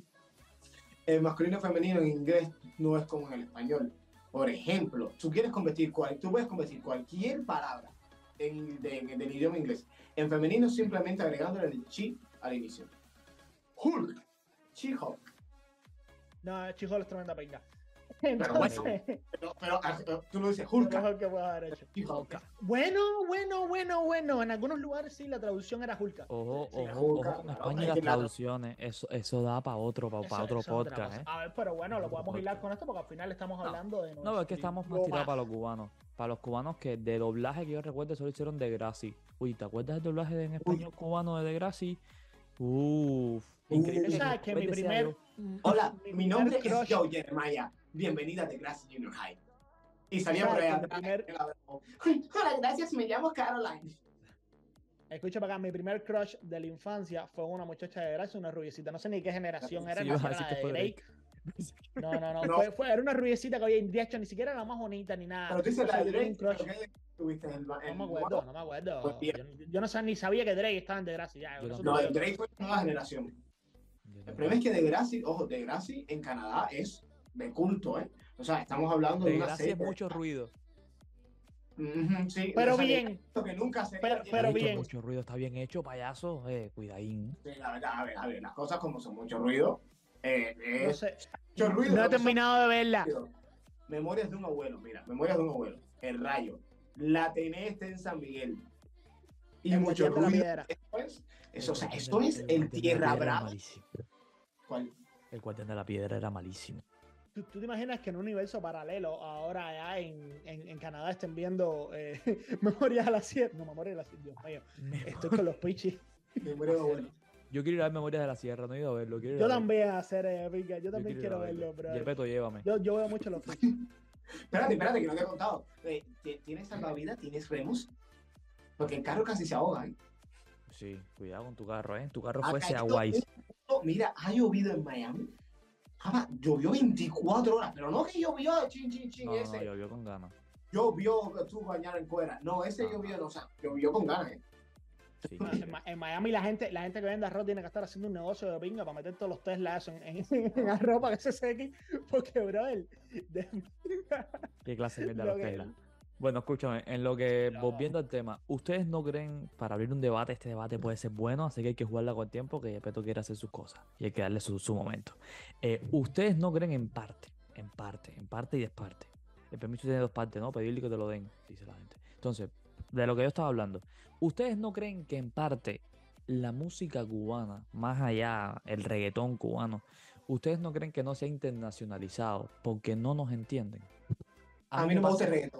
El masculino y femenino en inglés no es como en el español. Por ejemplo, tú quieres convertir cual, tú puedes convertir cualquier palabra en, de- en- del idioma inglés en femenino simplemente agregándole el chi al inicio. Hulk, She-Hulk. No, chico, es tremenda pinga. Pero Entonces, Pero, pero, ah, tú lo dices lo Hulk. mejor que puedo haber hecho. She-Hulk. Bueno, bueno, bueno, bueno. En algunos lugares sí, la traducción era Hulka. Ojo, Sí, ojo, Hulk, ojo con claro, España y es las que la- traducciones. Eso, eso da para otro, para Eso- otro eso es otra podcast, cosa. ¿eh? A ver, pero bueno, lo Otro podemos hilar podcast. con esto porque al final estamos hablando de No, es que nuestro estamos más idioma. tirados para los cubanos. Para los cubanos que de doblaje que yo recuerdo solo hicieron de Degrassi. Uy, ¿te acuerdas del doblaje de en español cubano de Degrassi? Uff, increíble. Tú que sabes que después mi de ese primer... año- Hola, mi mi nombre primer es crush- Joe Jeremiah. Bienvenida de Grass Junior High. Y salía ¿Sabes por ahí que mi atrás. primer- Hola, gracias, me llamo Caroline. Escucha para acá, mi primer crush de la infancia fue una muchacha de Gracia, una rubiecita. No sé ni qué generación era, Sí, no ibas sé a si era decir que la fue de Drake. Drake. No, no, no. No. Fue, fue- era una rubiecita que había, de hecho, ni siquiera era la más bonita ni nada. Pero tú dices O sea, la de yo tenía Drake, un crush. ¿pero qué tuviste en el, No en me el acuerdo, nuevo? no me acuerdo. Pues bien. Yo, yo no sé, ni sabía que Drake estaba en Degrassi ya. Yo con eso No, te el digo Drake fue de nueva generación. Yo El no- problema es que Degrassi, ojo, Degrassi en Canadá es de culto, ¿eh? O sea, estamos hablando de, De una Degrassi serie. es mucho ruido. Ujú, sí, Pero o sea, bien. Que nunca se Pero- tiene- pero Mucho, bien. mucho ruido, está bien hecho, payaso. Eh, cuidadín. Sí, la verdad, a ver, a ver, las cosas como son mucho ruido. Eh, No es sé. mucho ruido. No he lo que son- terminado de verla. Memorias de un abuelo, mira, Memorias de un abuelo. El Rayo. La Atenea está en San Miguel. Y El mucho Guardián de la ruido. Piedra. Esto es, eso, o sea, El esto Guardián es de- el Guardián de la Tierra Piedra era Brava. malísimo. ¿Cuál? El Guardián de la Piedra era malísimo. ¿Tú, tú te imaginas que en un universo paralelo ahora allá en, en, en Canadá estén viendo eh, Memorias a las siete? No, Memorias a las siete, Dios mío. Estoy con los pichis. Memoria de un abuelo. Yo quiero ir a ver Memorias de la Sierra, no he ido a verlo. Quiero ir Yo a verlo. también a hacer, eh, venga, yo Yo también quiero ir a quiero verlo, bro. Yepeto, llévame. Yo, yo veo mucho los freaks. Espérate, espérate, que no te he contado. Eh, ¿ti- ¿Tienes salvavidas? ¿Tienes remos? Porque el carro casi se ahoga, ¿eh? Sí, cuidado con tu carro, ¿eh? Tu carro Ha fuese a caído Wise. un- Mira, ha llovido en Miami. Java, llovió veinticuatro horas, pero no que llovió chin, chin, chin, No, no, ese. no, llovió con ganas. Llovió que tú bañar en cuera. No, ese Ajá. llovió, no, o sea, llovió con ganas, ¿eh? Sí. Ah, En, Ma- en Miami la gente, la gente que vende arroz tiene que estar haciendo un negocio de pinga para meter todos los Tesla eso en, en, en arroz para que se seque. Porque, brother, de- ¿Qué clase de mierda Lo los que- Tesla? Bueno, escúchame, en lo que, No. volviendo al tema, ¿ustedes no creen, para abrir un debate, este debate puede ser bueno, así que hay que jugarla con tiempo, que Yepeto quiere hacer sus cosas y hay que darle su, su momento? Eh, ¿Ustedes no creen en parte, en parte, en parte y desparte? El permiso tiene dos partes, ¿no? Pedirle que te lo den, dice la gente. Entonces, de lo que yo estaba hablando, ¿ustedes no creen que en parte la música cubana, más allá, el reggaetón cubano, ¿ustedes no creen que no se ha internacionalizado porque no nos entienden? A mí no me gusta el pasa- reggaetón.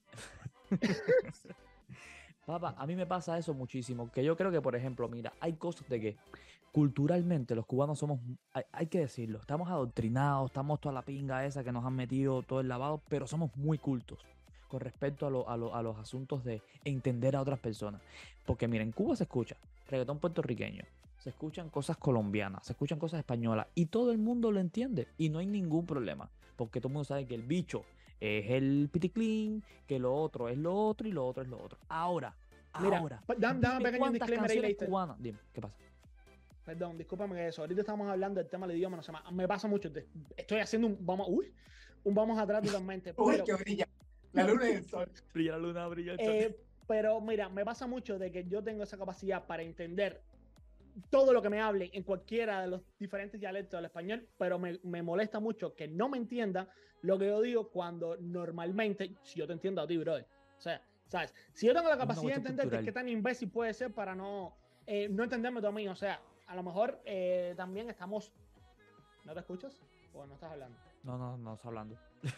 Papá, a mí me pasa eso muchísimo, que yo creo que, por ejemplo, mira, hay cosas de que culturalmente los cubanos somos, hay, hay que decirlo, estamos adoctrinados, estamos toda la pinga esa que nos han metido todo el lavado, pero somos muy cultos con respecto a, lo- a lo- a los asuntos de entender a otras personas. Porque mira, en Cuba se escucha reggaetón puertorriqueño, se escuchan cosas colombianas, se escuchan cosas españolas y todo el mundo lo entiende y no hay ningún problema, porque todo el mundo sabe que el bicho es el piticlín, que lo otro es lo otro y lo otro es lo otro. Ahora, Mira, ahora, pa- dame- dame un dime pequeño cuántas disclaimer ahí, canciones Leicester. cubanas. Dime, ¿qué pasa? Perdón, discúlpame que eso. Ahorita estamos hablando del tema del idioma, no sé más. Me pasa mucho. te- Estoy haciendo un vamos, uy, un vamos atrás totalmente. Uy, Pero, que brilla. La luna y el sol. Brilla la luna, brilla el sol. eh, pero mira, me pasa mucho de que yo tengo esa capacidad para entender todo lo que me hablen en cualquiera de los diferentes dialectos del español, pero me, me molesta mucho que no me entiendan lo que yo digo cuando normalmente, si yo te entiendo a ti, brother. O sea, ¿sabes? Si yo tengo la una capacidad de cuestión entenderte, cultural. qué tan imbécil puede ser para no, eh, no entenderme tú a mí. O sea, a lo mejor eh, también estamos... ¿No te escuchas? ¿O no estás hablando? No, no, no está hablando.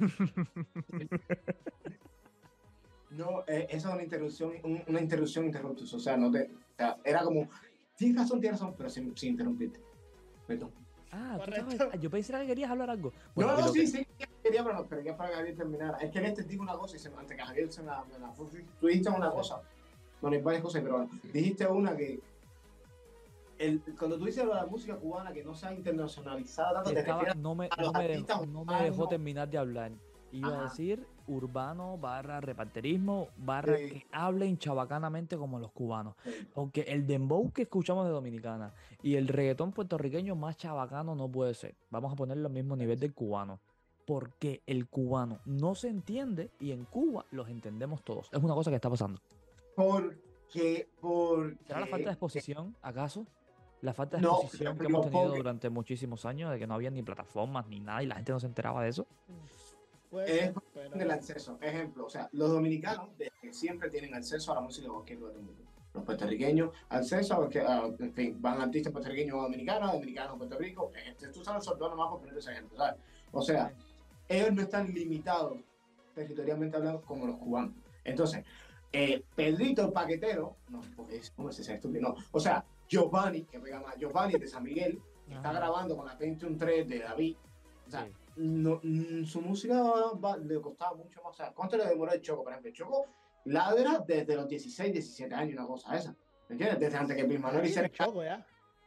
No, eh, eso es una interrupción, un- una interrupción interruptus. O sea, no te. O sea, era como. Tienes razón, tienes razón, pero sin, sin interrumpirte. Perdón. Ah, tú Correcto. estabas- ah, yo pensé que querías hablar algo. No, Bueno, y no, lo sí, que- sí, quería, pero no, pero que para que Javier terminara. Es que él te digo una cosa y se, antes que Javier se me la. me la- Tú dijiste una cosa. Bueno, hay varias cosas, pero bueno, dijiste una que. El, cuando tú dices lo de la música cubana que no sea internacionalizada, tanto te estaba- refieres no me, a no los me dejó, artistas no me dejó urbanos. terminar de hablar. Iba a Ajá. decir urbano barra reparterismo barra Sí. que hablen chabacanamente como los cubanos. Sí. Porque el dembow que escuchamos de Dominicana y el reggaetón puertorriqueño más chabacano no puede ser. Vamos a ponerlo al mismo nivel del cubano. Porque el cubano no se entiende y en Cuba los entendemos todos. Es una cosa que está pasando. Porque, porque. ¿Será la falta de exposición, acaso? La falta de No, exposición que pero hemos tenido porque- durante muchísimos años, de que no había ni plataformas ni nada y la gente no se enteraba de eso. Puede Es ser, pero... del acceso. Ejemplo, o sea, los dominicanos desde que siempre tienen acceso a la música de cualquier lugar del mundo. Los puertorriqueños, acceso a, cualquier- a- en fin, van artistas puertorriqueños a dominicanos, dominicanos a Puerto Rico. Este, tú sabes, sobre todo nomás por poner ese ejemplo, ¿sabes? O sea, ellos no están limitados territorialmente hablando como los cubanos. Entonces, eh, Pedrito el paquetero, no, porque es, ¿cómo se dice estúpido? No, o sea, Giovanni, que pega más, Giovanni de San Miguel, que está Ajá. grabando con la Pentium tres de David. O sea, Sí. no, mm, su música va- le costaba mucho más. O sea, ¿cuánto le demoró el Choco? Por ejemplo, el Choco ladra desde los dieciséis, diecisiete años, una cosa esa. ¿Me entiendes? Desde antes que Luis Manuel hiciera Sí, choco ya.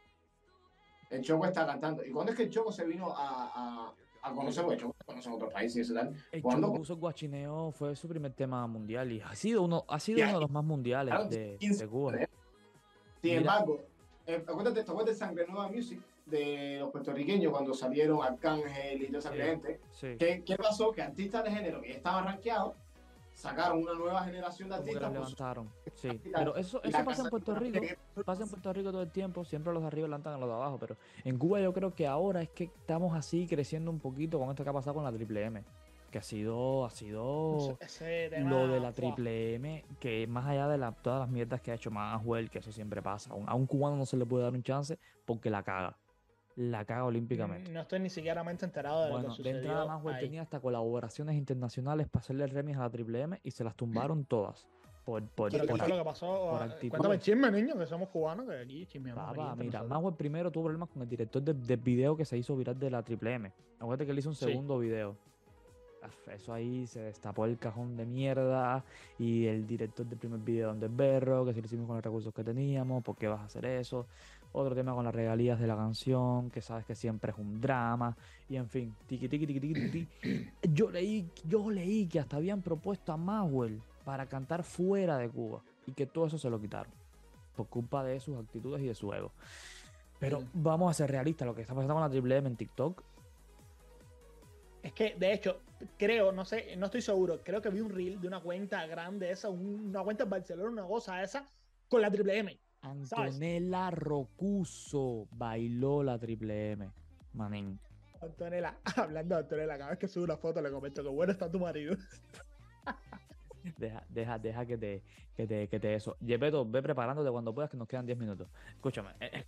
el Choco está cantando. ¿Y cuándo es que el Choco se vino a, a, a conocer? Porque el Choco se conoce en otros países y eso tal. El ¿Cuándo? Choco puso el guachineo, fue su primer tema mundial y ha sido uno, ha sido Ya, uno de los más mundiales claro, de, quince de Cuba. años. Sin Mira. embargo, eh, acuérdate esto, acuérdate de Sangre Nueva Music de los puertorriqueños cuando salieron Arcángel y toda esa Sí. gente. Sí. ¿Qué, ¿Qué pasó? Que artistas de género que ya estaban rankeados sacaron una nueva generación de Como que artistas. las pues, levantaron. Sí. y la- Pero eso, y eso la pasa en casa- Puerto Rico. Pasa en Puerto Rico todo el tiempo. Siempre los de arriba levantan a los de abajo. Pero en Cuba yo creo que ahora es que estamos así creciendo un poquito con esto que ha pasado con la Triple M. Que ha sido, ha sido Ese tema, lo de la ¡fua! Triple M, que más allá de la- todas las mierdas que ha hecho Maxwell, que eso siempre pasa. A un, a un cubano no se le puede dar un chance porque la caga. La caga olímpicamente. No estoy ni siquiera enterado de lo Bueno, que de sucedió entrada Maxwell ahí. tenía hasta colaboraciones internacionales para hacerle el remix a la Triple M y se las tumbaron todas. Por, por, Pero ¿qué por, fue lo que pasó? por Ah, actitud. Cuéntame el chisme, niño, que somos cubanos, que aquí chismeamos. aquí Papá, entre mira, nosotros. Mahuel primero tuvo problemas con el director de- del video que se hizo viral de la Triple M. Acuérdate que él hizo un Sí. segundo video. Af, Eso ahí se destapó el cajón de mierda y el director del primer video donde es berro, que si lo hicimos con los recursos que teníamos, ¿por qué vas a hacer eso? Otro tema con las regalías de la canción, que sabes que siempre es un drama, y en fin, tiqui tiqui tiqui tiqui tiqui. Yo leí, yo leí que hasta habían propuesto a Mahuel para cantar fuera de Cuba y que todo eso se lo quitaron por culpa de sus actitudes y de su ego. Pero Mm. vamos a ser realistas, lo que está pasando con la Triple M en TikTok. Es que, de hecho, creo, no sé, no estoy seguro, creo que vi un reel de una cuenta grande esa, un- una cuenta en Barcelona, una cosa esa, con la Triple M. ¿Sabes? Antonella Rocuso bailó la Triple M. Manín. Antonella, hablando de Antonella, cada vez que sube una foto le comento que bueno está tu marido. Deja, deja, deja que te, que te, que te eso. Yepeto, ve preparándote cuando puedas, que nos quedan diez minutos. Escúchame. eh,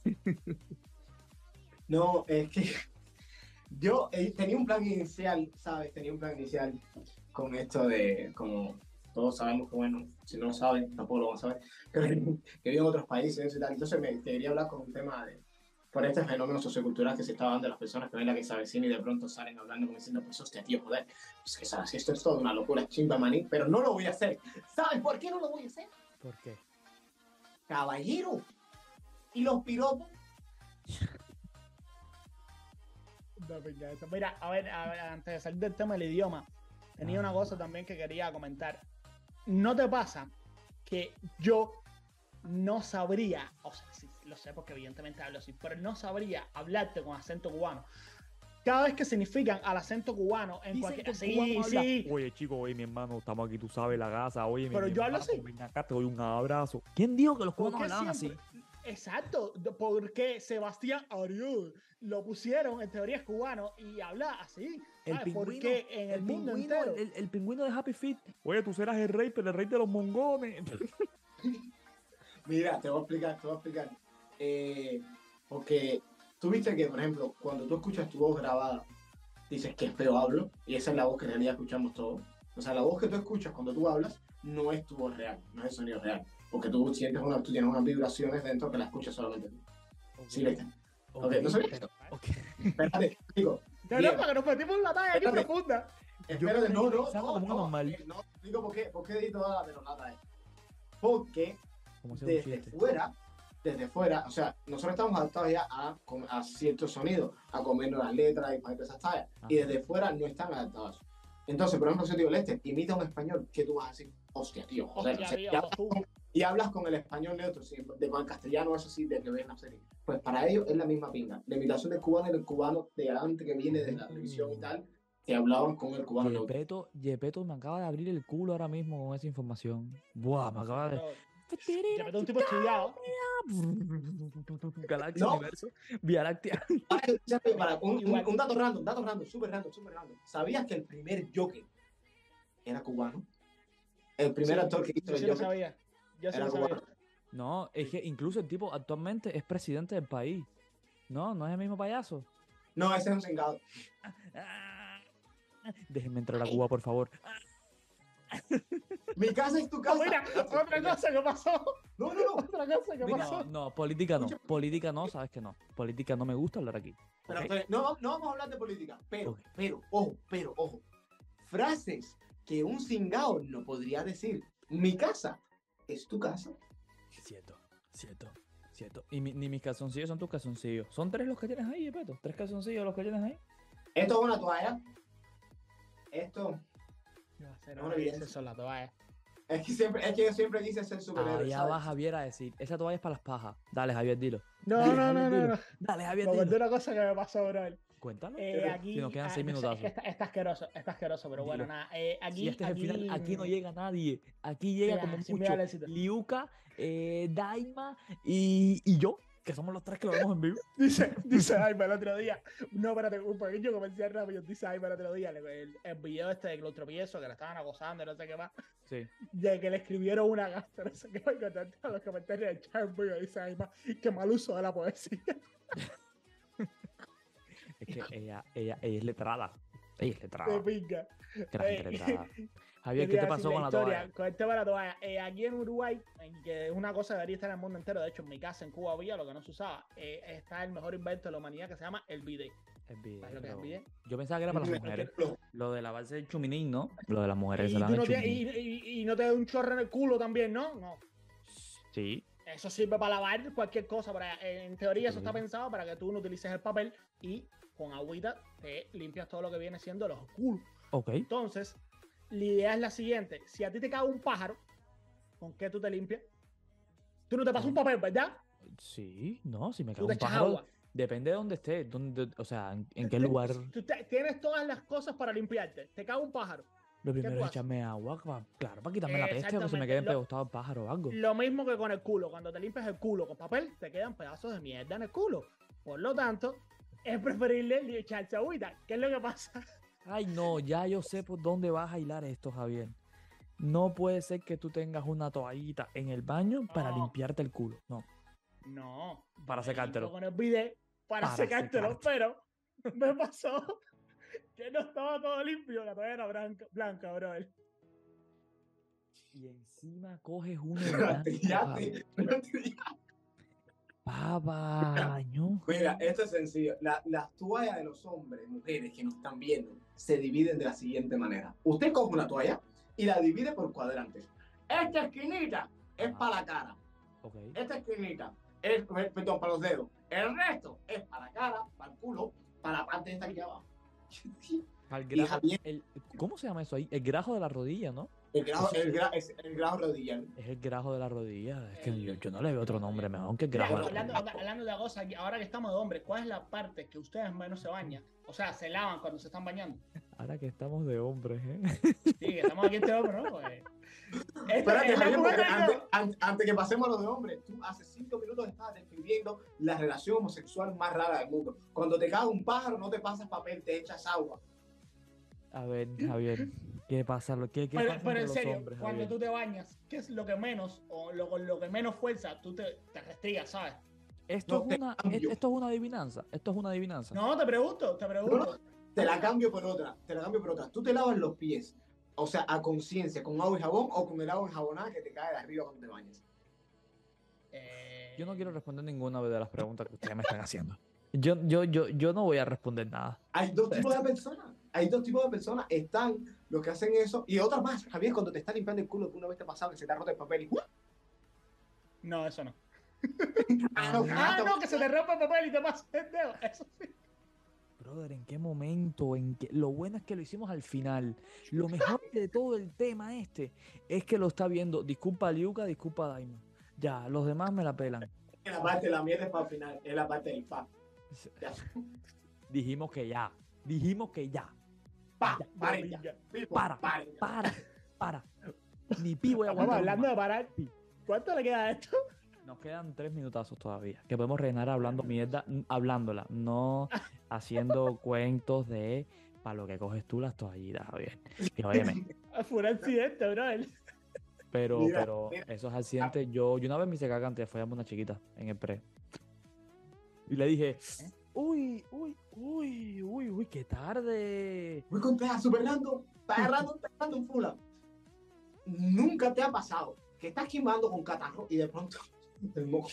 No, es que yo eh, tenía un plan inicial, ¿sabes? Tenía un plan inicial con esto de, como todos sabemos que, bueno, si no lo saben, tampoco lo van a saber, que, que vivo en otros países y tal. Entonces me quería hablar con un tema de, por este fenómeno sociocultural que se está dando de las personas que ven la que se avecina y de pronto salen hablando como diciendo, pues hostia, tío, joder, pues que sabes que esto es toda una locura, chimba maní, pero no lo voy a hacer. ¿Sabes por qué no lo voy a hacer? ¿Por qué? Caballero. Y los piropos. No, venga, eso. Mira, a ver, a ver, antes de salir del tema del idioma, tenía Ah. una cosa también que quería comentar. ¿No te pasa que yo no sabría, o sea, sí, lo sé porque evidentemente hablo así, pero no sabría hablarte con acento cubano? Cada vez que significan al acento cubano en cualquier... Sí, sí, Oye, chico, oye, mi hermano, estamos aquí, tú sabes, la casa. Oye, mi, Pero mi yo hablo hermano, así. ven acá, te doy un abrazo. ¿Quién dijo que los ¿por cubanos qué hablaban así? siempre? Exacto, porque Sebastián Ariel lo pusieron en teoría es cubano y habla así. El ¿Sabes? pingüino, Porque en el, mundo pingüino, entero. el, el pingüino de Happy Feet. Oye, tú serás el rey, pero el rey de los mongones. Mira, te voy a explicar, te voy a explicar. Eh, porque tú viste que, por ejemplo, cuando tú escuchas tu voz grabada, dices que feo hablo, y esa es la voz que en realidad escuchamos todos. O sea, la voz que tú escuchas cuando tú hablas no es tu voz real, no es el sonido real. Porque tú sientes una, tú tienes unas vibraciones dentro que las escuchas solamente tú. Sí, ¿viste? Ok, ¿no sabías esto? Ok. Espérate, digo. No, bien, no, para que nos metimos en la talla aquí Espérate. profunda. espérate, no, no, pensando no, como no, normal. eh, no, digo por qué, por qué di toda la peronata esta. Porque Como si fuera un desde chiste. fuera, desde fuera, o sea, nosotros estamos adaptados ya a, a ciertos sonidos, a comernos las letras y poner esas tallas, y Ajá. desde fuera no están adaptados. Entonces, por ejemplo, si yo te digo, Lester, imita un español, ¿qué tú vas a decir? Hostia, tío, joder, Hostia, o sea, tío, y, hablas tú. con, y hablas con el español neutro, sí, de, con el castellano, eso sí, de que ven la serie. Pues para ellos es la misma pinga. La imitación del cubano y del cubano de antes que viene de la televisión y tal, que hablaban con el cubano neutro. Yepeto, Yepeto me acaba de abrir el culo ahora mismo con esa información. Buah, me acaba de. Ya me tengo un tipo estudiado. Galaxia, No. universo, Vía Láctea. Para, para, un, un, Igual. un dato random, dato random, súper random, súper random. ¿Sabías que el primer Joker era cubano? El primer Sí, actor que hizo yo el sí lo Joker sabía. Yo sí era lo sabía. cubano. No, es que incluso el tipo actualmente es presidente del país. No, no es el mismo payaso. No, ese es un cingado. Ah, déjenme entrar a Cuba, por favor. Mi casa es tu Oh, casa. mira, otra cosa que pasó. No, no, no. Otra cosa que Mira, pasó. No, no, política no. Escucha. Política no, sabes que no. Política no me gusta hablar aquí. Pero, ¿ok? pero, no, no vamos a hablar de política. Pero, Ok. pero, ojo, pero, ojo. Frases que un cingado no podría decir. Mi casa es tu casa. Cierto, cierto, cierto. Y mi- ni mis calzoncillos son tus calzoncillos. ¿Son tres los que tienes ahí, Peto? ¿Tres calzoncillos los que tienes ahí? Esto es una toalla. Esto No, No, no, no, no, evidencia. eso es la toalla. es que siempre, es que yo siempre quise ser superhéroe. Allá ¿sabes? va Javier a decir, esa toalla es para las pajas. Dale, Javier, dilo. No, Dale, no, Javier, no, no, dilo. no. Dale, Javier, Me acordé dilo. una cosa que me pasó, bro. Cuéntalo. Eh, aquí, Si nos quedan ah, seis no sé, es minutazos. que está, está asqueroso, está asqueroso, pero bueno, Dilo. nada. Eh, aquí, Si este es el aquí, final, aquí no mm, llega nadie. Aquí llega mira, como sin mucho miedo al éxito. Liuka, eh, Daima y, y yo, que somos los tres que lo vemos en vivo. Dice, dice Aima el otro día. No, espérate, un pequeño comercial rápido. Dice Aima el otro día, el, el, el video este de los tropiezos, que le estaban acosando y no sé qué más. Sí. De que le escribieron una carta, no sé qué más, contando a los comentarios del chat, video, dice Aima, qué mal uso de la poesía. Es que ella, ella, ella es letrada. Ey, es De letrado. pinga. Que la gente Eh, letrada. Yo Javier, te ¿qué iba te a pasó decir con la la historia, toalla? con el tema de la toalla. Eh, aquí en Uruguay, eh, que es una cosa que debería estar en el mundo entero, de hecho en mi casa en Cuba había lo que no se usaba, eh, está el mejor invento de la humanidad que se llama el bidet. El bidet, ¿Sabes lo que es el pero bidet? yo pensaba que era para las mujeres. Lo de lavarse el chuminín, ¿no? Lo de las mujeres se Y, tú lavan no el tienes- chuminín. y, y- y no te da un chorro en el culo también, ¿no? No. Sí. Eso sirve para lavar cualquier cosa. Para, en teoría, eso está Ok. pensado para que tú no utilices el papel y con agüita te limpias todo lo que viene siendo los culos. Ok. Entonces, la idea es la siguiente: si a ti te cae un pájaro, ¿con qué tú te limpias? Tú no te pasas un Con- papel, ¿verdad? Sí, no, si me cae Tú te un echas pájaro, agua. depende de dónde esté, dónde, o sea, en, en qué Te- lugar. Tú te- tienes todas las cosas para limpiarte. Te cae un pájaro. Lo ¿Qué primero tú es haces? echarme agua, pa- claro, para quitarme la peste o que se me Exactamente. queden Lo, pegostados pájaros o algo. lo mismo que con el culo. Cuando te limpias el culo con papel, te quedan pedazos de mierda en el culo. Por lo tanto, es preferible echarse agüita. ¿Qué es lo que pasa? Ay, no, ya yo sé por dónde vas a hilar esto, Javier. No puede ser que tú tengas una toallita en el baño para No. limpiarte el culo. No, No. para me limpio secártelo. con el bidet para, Para secártelo, secarte. pero me pasó que no estaba todo limpio. La toalla era blanca, blanca, bro. Y encima coges uno Pero blanco, trillaste, pero trillaste. Papá, no. Mira, esto es sencillo. La- las toallas de los hombres, mujeres que nos están viendo, se dividen de la siguiente manera. Usted coge una toalla y la divide por cuadrantes. Esta esquinita es Ajá. para la cara. Ok. Esta esquinita es, perdón, para los dedos. El resto es para la cara, para el culo, para la parte de esta aquí abajo. Al Y grajo, Javier, el, ¿cómo se llama eso ahí? El grajo de la rodilla, ¿no? el grajo, Eso el sí. gra- es el grajo radial. Es el grajo de la rodilla. Es que yo, yo no le veo otro nombre mejor que el Mira, grajo de la hablando, rodilla. hablando de cosas, ahora que estamos de hombres, ¿cuál es la parte que ustedes menos se bañan? O sea, se lavan cuando se están bañando. Ahora que estamos de hombres, ¿eh? Sí, que estamos aquí este hombre, ¿no? Pues, esta Espérate, es la Javier, porque mujer, antes, ¿no? an- antes que pasemos a lo de hombres, tú hace cinco minutos estabas describiendo la relación homosexual más rara del mundo. Cuando te cae un pájaro, no te pasas papel, te echas agua. A ver, Javier, ¿qué pasa? Lo- ¿Qué, qué Pero, pasa pero entre en los serio, hombres, cuando Javier? tú te bañas, ¿qué es lo que menos, o lo, con lo que menos fuerza tú te, te restrías, ¿sabes? Esto, No es te una, cambio. es- esto es una adivinanza. Esto es una adivinanza. No, te pregunto, te pregunto. No, no, te la cambio por otra, te la cambio por otra. Tú te lavas los pies, o sea, a conciencia, con agua y jabón o con el agua enjabonada que te cae de arriba cuando te bañas. Eh, Yo no quiero responder ninguna de las preguntas que ustedes me están haciendo. Yo, yo, yo, yo no voy a responder nada. Hay dos tipos de personas. Hay dos tipos de personas. Están los que hacen eso y otras más. Javier, cuando te está limpiando el culo, que una vez te ha pasado que se te ha roto el papel y ¡uh! No, eso no. Ah, no, Ah, cagaste. no, que se te rompe el papel y te pasa el dedo. Eso sí. Brother, ¿en qué momento? ¿En qué? Lo bueno es que lo hicimos al final. Lo mejor de todo el tema este es que lo está viendo. Disculpa Liuca, disculpa Daima. Ya, los demás me la pelan. La parte de la mierda es para el final, es la parte del pa. Ya. Dijimos que ya. Dijimos que ya. Pa, Ya, paren ya. Pipo, Para, paren ya. para, para. Ni pi voy a Vamos aguantar. hablando más. de parar. ¿Cuánto le queda a esto? Nos quedan tres minutazos todavía. Que podemos rellenar hablando mierda, n- hablándola. No haciendo cuentos de para lo que coges tú las toallitas, Javier. Y óyeme, Fue un accidente, bro. pero, Mira, pero mira. esos accidentes, yo, yo una vez me hice caga antes de follarme una chiquita en el pre. Y le dije, uy, uy, uy, uy, uy, qué tarde. Voy con contar, super random, está random, está random, fula. Nunca te ha pasado que estás quemando con catarro y de pronto el moco.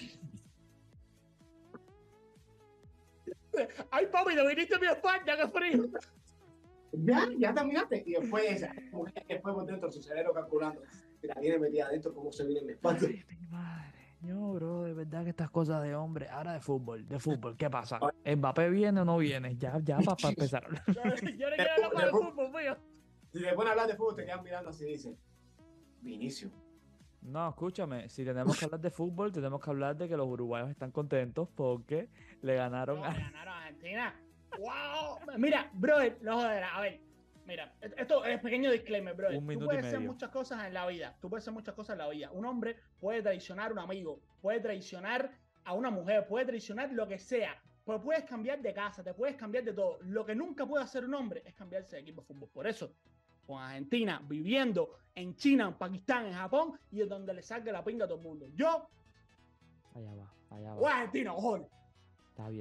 Ay, papi, te viniste a mi espalda, qué frío. Ya, ya terminaste. Y después, esa mujer, después por dentro, su cerebro calculando. Si la tiene metida adentro, cómo se viene en mi espalda. Ay, mi madre. No, bro, de verdad que estas cosas de hombre. Ahora de fútbol, de fútbol, ¿qué pasa? ¿Mbappé viene o no viene? Ya, ya, para empezar. Yo, yo le quiero hablar para el fútbol, mío. Si te pones a hablar de fútbol, te quedan mirando así y dicen, Vinicio. No, escúchame, si tenemos que hablar de fútbol, tenemos que hablar de que los uruguayos están contentos porque le ganaron No, a... ganaron a Argentina. ¡Wow! Mira, brother, no joder, a ver. Mira, esto es pequeño disclaimer, brother. Un Tú minuto y puedes hacer medio. muchas cosas en la vida. Tú puedes hacer muchas cosas en la vida. Un hombre puede traicionar a un amigo, puede traicionar a una mujer, puede traicionar lo que sea. Pero puedes cambiar de casa, te puedes cambiar de todo. Lo que nunca puede hacer un hombre es cambiarse de equipo de fútbol. Por eso, con Argentina viviendo en China, en Pakistán, en Japón y en donde le salga la pinga a todo el mundo. Yo, Allá va, allá o va. Argentina, ojo. Está bien.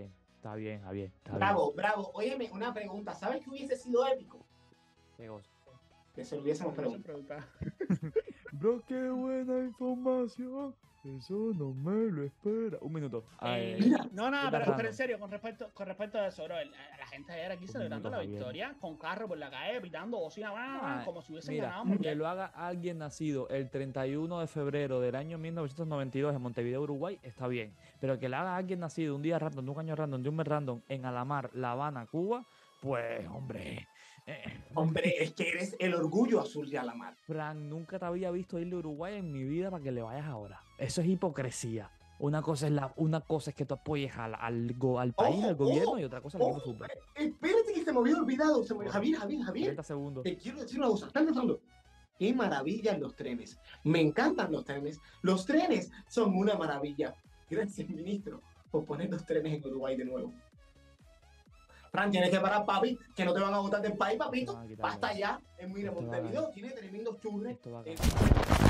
Está bien, Javier. Está Bravo, bravo. Óyeme, una pregunta. ¿Sabes qué hubiese sido épico? bien. Qué cosa. Que se lo hubiésemos preguntado. Bro, qué buena información. Eso no me lo espera. Un minuto. Eh, Ay, no, no, Está pero, random. pero en serio, con respecto, con respecto a eso, bro, el- la gente ayer aquí Un celebrando minuto, la Javier. victoria con carro por la calle, pitando bocina, Ah, ah, como si hubiesen mira, ganado que mundial. lo haga alguien nacido el treinta y uno de febrero del año mil novecientos noventa y dos en Montevideo, Uruguay, está bien. Pero que lo haga alguien nacido un día random, de un año random, de un mes random, en Alamar, La Habana, Cuba, pues, hombre. eh, Hombre, es que eres el orgullo azul de Alamar. Fran, nunca te había visto irle a Uruguay en mi vida para que le vayas ahora. Eso es hipocresía. Una cosa es, la, una cosa es que tú apoyes al, al, go- al país, Ojo, al gobierno, ojo, y otra cosa al equipo de Ojo, fútbol. eh, espérate que se me había olvidado. Se me... Javier, Javier, Javier. treinta segundos. Te quiero decir una cosa. ¿Están pensando? Qué maravilla los trenes. Me encantan los trenes. Los trenes son una maravilla. Gracias, ministro, por poner los trenes en Uruguay de nuevo. Fran, tienes que parar, papi, que no te van a botar del país, papito. Esto va a quitar, Basta bro. ya. En mira, Esto va a Montevideo tiene tremendos churres. Esto va a Eh, acabar.